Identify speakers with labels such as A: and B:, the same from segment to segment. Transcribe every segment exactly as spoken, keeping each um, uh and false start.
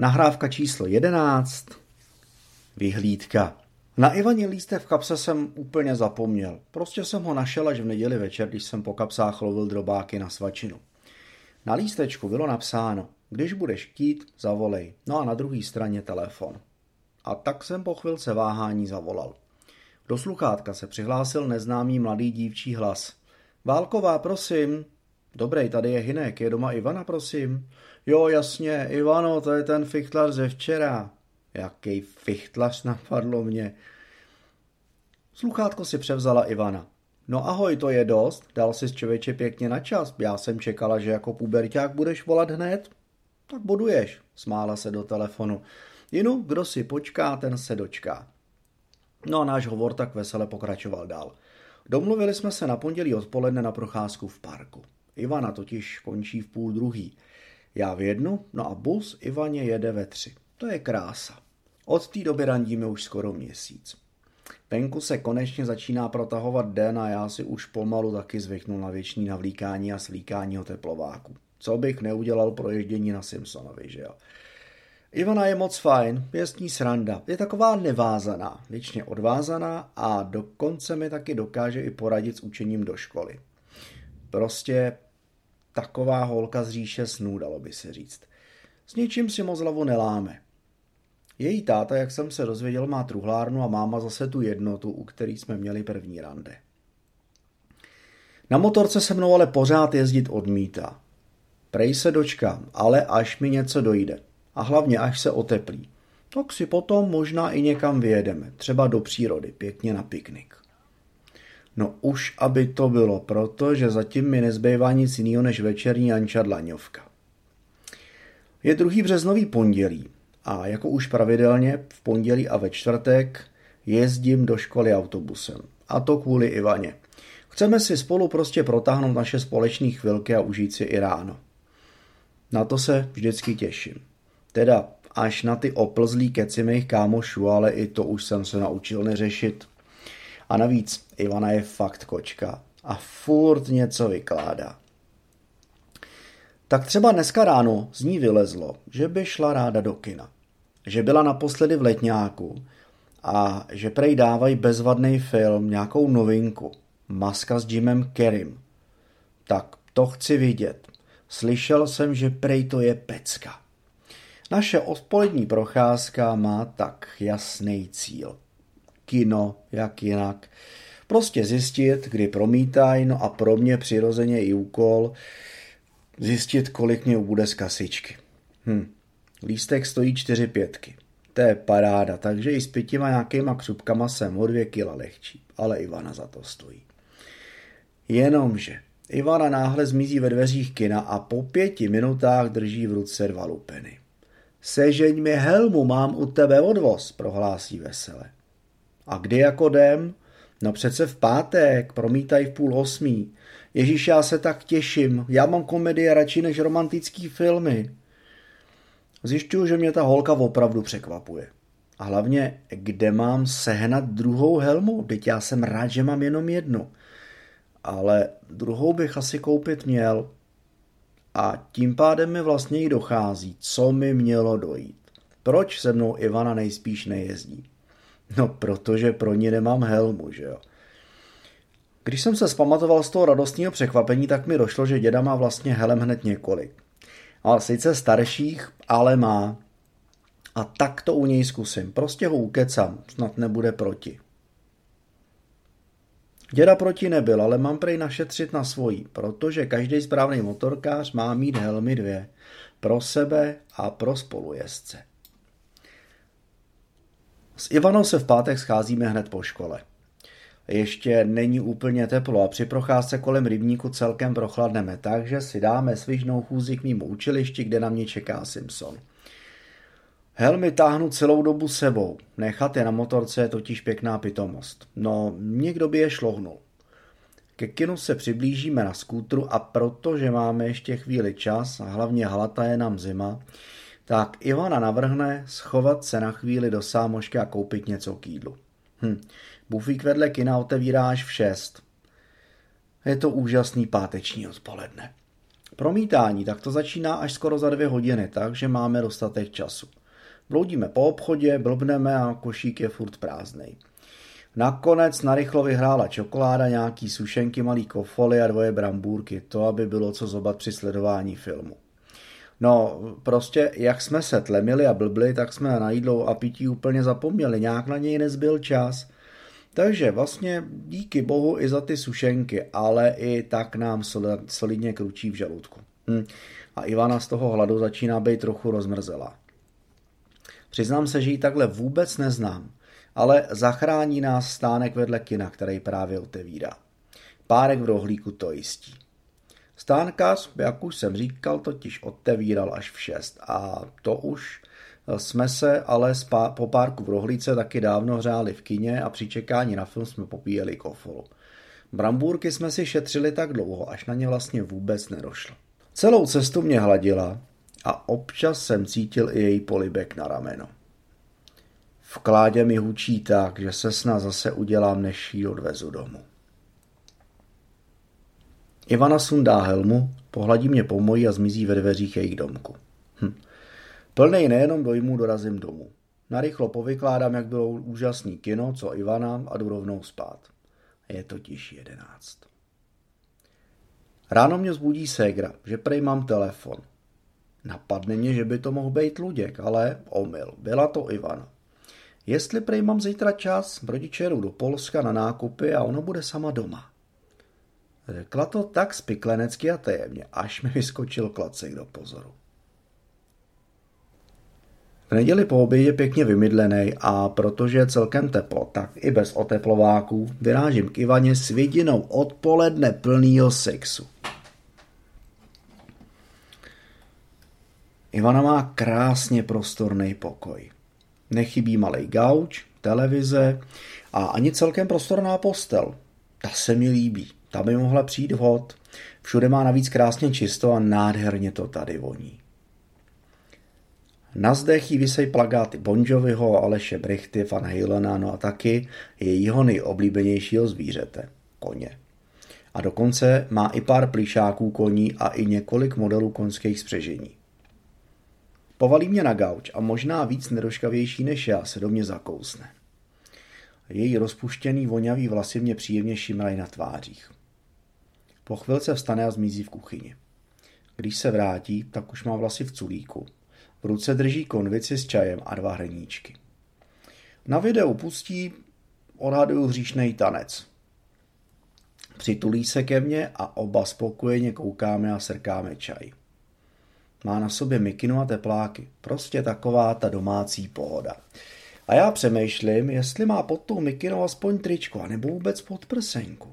A: Nahrávka číslo jedenáct. Vyhlídka. Na Ivaně lístek v kapse jsem úplně zapomněl. Prostě jsem ho našel až v neděli večer, když jsem po kapsách lovil drobáky na svačinu. Na lístečku bylo napsáno: když budeš chtít, zavolej. No a na druhé straně telefon. A tak jsem po chvilce váhání zavolal. Do sluchátka se přihlásil neznámý mladý dívčí hlas. Válková, prosím. Dobrej, tady je Hynek, je doma Ivana, prosím. Jo, jasně, Ivano, to je ten fichtlař ze včera. Jaký fichtlař, napadlo mě. Sluchátko si převzala Ivana. No ahoj, to je dost, dal jsi člověče pěkně na čas. Já jsem čekala, že jako puberťák budeš volat hned. Tak buduješ, smála se do telefonu. Jinu, kdo si počká, ten se dočká. No a náš hovor tak vesele pokračoval dál. Domluvili jsme se na pondělí odpoledne na procházku v parku. Ivana totiž končí v půl druhý. Já v jednu, no a bus Ivaně jede ve tři. To je krása. Od té doby randíme už skoro měsíc. Venku se konečně začíná protahovat den a já si už pomalu taky zvyknul na věčný navlíkání a svlíkání o teplováku. Co bych neudělal pro ježdění na Simpsonovi, že jo? Ivana je moc fajn, je s ní sranda. Je taková nevázaná, věčně odvázaná a dokonce mi taky dokáže i poradit s učením do školy. Prostě taková holka z říše snů, dalo by se říct. S ničím si moc hlavu neláme. Její táta, jak jsem se dozvěděl, má truhlárnu a máma zase tu jednotu, u který jsme měli první rande. Na motorce se mnou ale pořád jezdit odmítá. Prej se dočkám, ale až mi něco dojde. A hlavně až se oteplí. Tak si potom možná i někam vyjedeme, třeba do přírody, pěkně na piknik. No už aby to bylo, protože zatím mi nezbývá nic jiného než večerní Anča dlaňovka. Je druhý březnový pondělí a jako už pravidelně v pondělí a ve čtvrtek jezdím do školy autobusem. A to kvůli Ivaně. Chceme si spolu prostě protáhnout naše společné chvilky a užít si i ráno. Na to se vždycky těším. Teda až na ty oplzlý keci mých kámošů, ale i to už jsem se naučil neřešit. A navíc Ivana je fakt kočka a furt něco vykládá. Tak třeba dneska ráno z ní vylezlo, že by šla ráda do kina. Že byla naposledy v Letňáku a že prej dávají bezvadný film, nějakou novinku. Maska s Jimem Carreym. Tak to chci vidět. Slyšel jsem, že prej to je pecka. Naše odpolední procházka má tak jasný cíl. Kino, jak jinak. Prostě zjistit, kdy promítají, no a pro mě přirozeně i úkol zjistit, kolik mě ubude z kasičky. Hm. Lístek stojí čtyři pětky. To je paráda, takže i s pětima nějakýma křupkama jsem o dvě kila lehčí, ale Ivana za to stojí. Jenomže Ivana náhle zmizí ve dveřích kina a po pěti minutách drží v ruce dva lupeny. Sežeň mi helmu, mám u tebe odvoz, prohlásí vesele. A kdy jako jdem? No přece v pátek, promítají v půl osmí. Ježíš, já se tak těším, já mám komedie radši než romantický filmy. Zjišťuju, že mě ta holka opravdu překvapuje. A hlavně, kde mám sehnat druhou helmu? Vždyť já jsem rád, že mám jenom jednu. Ale druhou bych asi koupit měl. A tím pádem mi vlastně i dochází, co mi mělo dojít. Proč se mnou Ivana nejspíš nejezdí? No, protože pro ní nemám helmu, že jo. Když jsem se zpamatoval z toho radostného překvapení, tak mi došlo, že děda má vlastně helem hned několik. Ale sice starších, ale má. A tak to u něj zkusím. Prostě ho ukecám, snad nebude proti. Děda proti nebyl, ale mám prej našetřit na svojí, protože každý správný motorkář má mít helmy dvě. Pro sebe a pro spolujezdce. S Ivanou se v pátek scházíme hned po škole. Ještě není úplně teplo a při procházce kolem rybníku celkem prochladneme, takže si dáme svižnou chůzi k mému učilišti, kde na mě čeká Simpson. Helmy táhnu celou dobu sebou. Nechat je na motorce je totiž pěkná pitomost. No, někdo by je šlohnul. Ke kinu se přiblížíme na skútru a protože máme ještě chvíli čas a hlavně halata je nám zima, tak Ivana navrhne schovat se na chvíli do sámošky a koupit něco k jídlu. Hm. Bufík vedle kina otevírá až v šest. Je to úžasný páteční odpoledne. Promítání, tak to začíná až skoro za dvě hodiny, takže máme dostatek času. Bloudíme po obchodě, blbneme a košík je furt prázdnej. Nakonec narychlo vyhrála čokoláda, nějaký sušenky, malý kofoly a dvoje brambůrky, to aby bylo co zobat při sledování filmu. No, prostě jak jsme se tlemili a blbli, tak jsme na jídlo a pití úplně zapomněli, nějak na něj nezbyl čas. Takže vlastně díky bohu i za ty sušenky, ale i tak nám solidně kručí v žaludku. Hm. A Ivana z toho hladu začíná být trochu rozmrzelá. Přiznám se, že ji takhle vůbec neznám, ale zachrání nás stánek vedle kina, který právě otevírá. Párek v rohlíku to jistí. Stánkař, jak už jsem říkal, totiž otevíral až v šest a to už jsme se ale po párku v rohlíce taky dávno hřáli v kině a při čekání na film jsme popíjeli kofolu. Brambůrky jsme si šetřili tak dlouho, až na ně vlastně vůbec nedošlo. Celou cestu mě hladila a občas jsem cítil i její polibek na rameno. V kládě mi hučí tak, že se snad zase udělám, než ji odvezu domů. Ivana sundá helmu, pohladí mě po moji a zmizí ve dveřích jejich domku. Hm. Plnej nejenom dojmů dorazím domů. Narychlo povykládám, jak bylo úžasný kino, co Ivana, a jdu rovnou spát. Je totiž jedenáct. Ráno mě zbudí ségra, že prej mám telefon. Napadne mě, že by to mohl být Luděk, ale omyl, byla to Ivana. Jestli prej mám zítra čas, rodiče jdou do Polska na nákupy a ono bude sama doma. Řekla to tak spiklenecky a tajemně, až mi vyskočil klacek do pozoru. V neděli po obědě pěkně vymydlenej a protože je celkem teplo, tak i bez oteplováků vyrážím k Ivaně s vidinou odpoledne plnýho sexu. Ivana má krásně prostorný pokoj. Nechybí malej gauč, televize a ani celkem prostorná postel. Ta se mi líbí, ta by mohla přijít vhod. Všude má navíc krásně čisto a nádherně to tady voní. Na zdech jí visej plakáty Bon Joviho, Aleše Brichty, Van Halena, no a taky jejího nejoblíbenějšího zvířete, koně. A dokonce má i pár plíšáků koní a i několik modelů koňských spřežení. Povalí mě na gauč a možná víc nedoškavější než já se do mě zakousne. Její rozpuštěný vonavý vlasy mě příjemně šimrají na tvářích. Po chvilce vstane a zmizí v kuchyni. Když se vrátí, tak už má vlasy v culíku. V ruce drží konvici s čajem a dva hrníčky. Na videu pustí, odhaduju, hříšnej tanec. Přitulí se ke mně a oba spokojeně koukáme a srkáme čaj. Má na sobě mikinu a tepláky. Prostě taková ta domácí pohoda. A já přemýšlím, jestli má pod tou mikinou aspoň tričko, anebo vůbec podprsenku.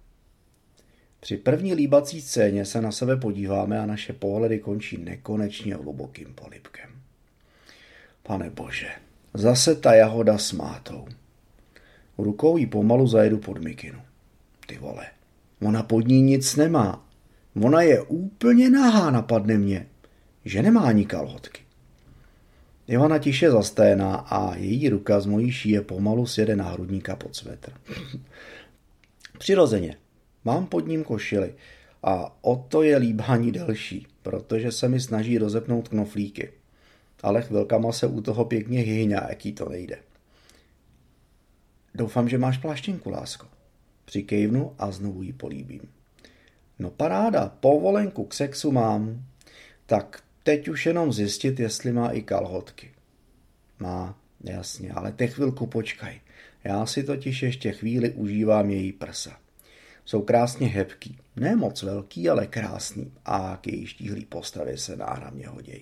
A: Při první líbací scéně se na sebe podíváme a naše pohledy končí nekonečně hlubokým polibkem. Pane bože, zase ta jahoda s mátou. Rukou jí pomalu zajedu pod mikinu. Ty vole, ona pod ní nic nemá. Ona je úplně nahá, napadne mě, že nemá ani kalhotky. Ivana tiše zasténá a její ruka z mojí šíje pomalu sjede na hrudníka pod svetr. Přirozeně, mám pod ním košili a o to je líbání delší, protože se mi snaží rozepnout knoflíky. Ale chvilkama se u toho pěkně hyhňá, jaký to nejde. Doufám, že máš pláštěnku, lásko. Přikejvnu a znovu ji políbím. No paráda, povolenku k sexu mám. Tak teď už jenom zjistit, jestli má i kalhotky. Má, jasně, ale te chvilku počkaj. Já si totiž ještě chvíli užívám její prsa. Jsou krásně hebký, ne moc velký, ale krásný a k její štíhlý postavě se náramně hodějí.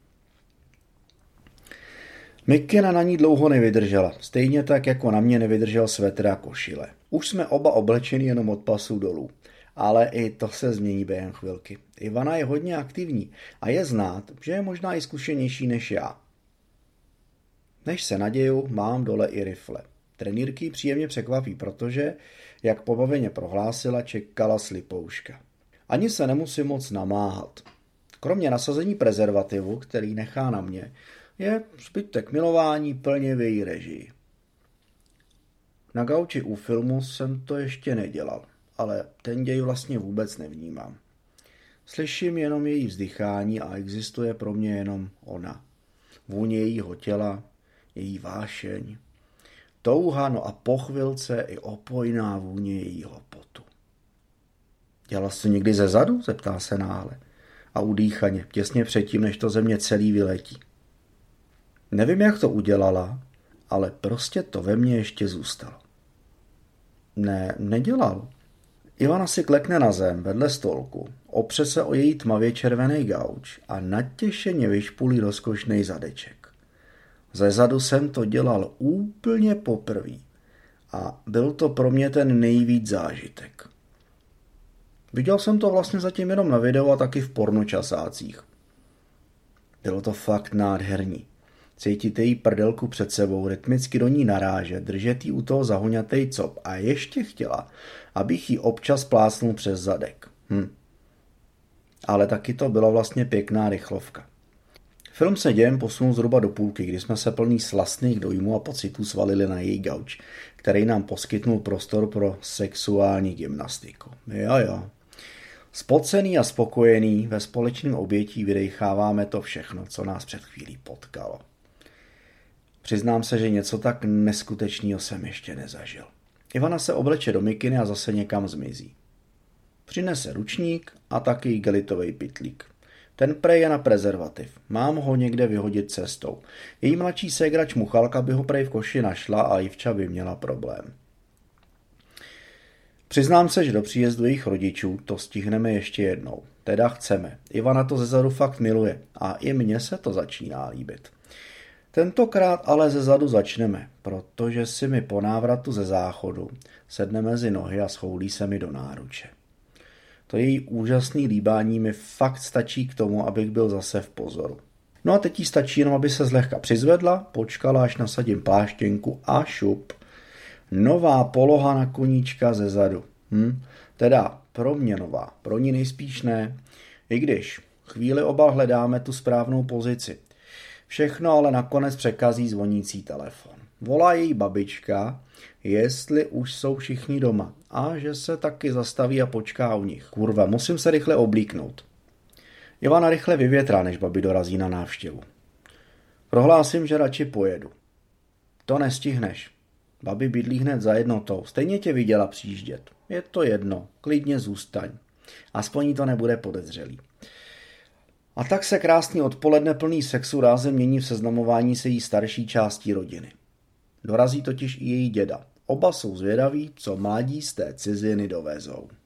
A: Mikina na ní dlouho nevydržela, stejně tak jako na mě nevydržel svetr a košile. Už jsme oba oblečeni jenom od pasů dolů, ale i to se změní během chvilky. Ivana je hodně aktivní a je znát, že je možná i zkušenější než já. Než se naděju, mám dole i rifle. Trenýrky příjemně překvapí, protože, jak pobaveně prohlásila, čekala slipouška. Ani se nemusím moc namáhat. Kromě nasazení prezervativu, který nechá na mě, je zbytek milování plně v její režii. Na gauči u filmu jsem to ještě nedělal, ale ten děj vlastně vůbec nevnímám. Slyším jenom její vzdychání a existuje pro mě jenom ona. Vůně jejího těla, její vášeň, touha, no a po chvilce i opojná vůně jejího potu. Dělal jsi to někdy ze zadu? Zeptá se náhle. A udýchaně, těsně předtím, než to ze mě celý vyletí. Nevím, jak to udělala, ale prostě to ve mně ještě zůstalo. Ne, nedělal. Ivana si klekne na zem vedle stolku, opře se o její tmavě červený gauč a natěšeně vyšpulí rozkošnej zadeček. Ze zadu jsem to dělal úplně poprvý a byl to pro mě ten nejvíc zážitek. Viděl jsem to vlastně zatím jenom na videu a taky v pornočasácích. Bylo to fakt nádherný. Cítit její prdelku před sebou, rytmicky do ní narážet, držet jí u toho zahoňatej cop a ještě chtěla, abych jí občas plácnul přes zadek. Hm. Ale taky to byla vlastně pěkná rychlovka. Film se dějem posunul zhruba do půlky, kdy jsme se plný slastných dojmů a pocitů svalili na její gauč, který nám poskytnul prostor pro sexuální gymnastiku. Jo, jo. Spocený a spokojený ve společném obětí vydecháváme to všechno, co nás před chvílí potkalo. Přiznám se, že něco tak neskutečného jsem ještě nezažil. Ivana se obleče do mikiny a zase někam zmizí. Přinese ručník a taky igelitový pytlík. Ten prej je na prezervativ. Mám ho někde vyhodit cestou. Její mladší ségra čmuchalka by ho prej v koši našla a Ivča by měla problém. Přiznám se, že do příjezdu jejich rodičů to stihneme ještě jednou. Teda chceme. Ivana to zezadu fakt miluje a i mně se to začíná líbit. Tentokrát ale zezadu začneme, protože si mi po návratu ze záchodu sedne mezi nohy a schoulí se mi do náruče. To její úžasný líbání mi fakt stačí k tomu, abych byl zase v pozoru. No a teď jí stačí jenom, aby se zlehka přizvedla, počkala, až nasadím pláštěnku a šup. Nová poloha na koníčka zezadu. Hm? Teda pro mě nová, pro ní nejspíš ne. I když chvíli oba hledáme tu správnou pozici. Všechno ale nakonec překazí zvonící telefon. Volá její babička, jestli už jsou všichni doma a že se taky zastaví a počká u nich. Kurva, musím se rychle oblíknout. Ivana rychle vyvětrá, než babi dorazí na návštěvu. Prohlásím, že radši pojedu. To nestihneš. Babi bydlí hned za jednotou. Stejně tě viděla přijíždět. Je to jedno. Klidně zůstaň. Aspoň jí to nebude podezřelý. A tak se krásný odpoledne plný sexu rázem mění v seznamování se jí starší částí rodiny. Dorazí totiž i její děda. Oba jsou zvědaví, co mládí z té ciziny dovezou.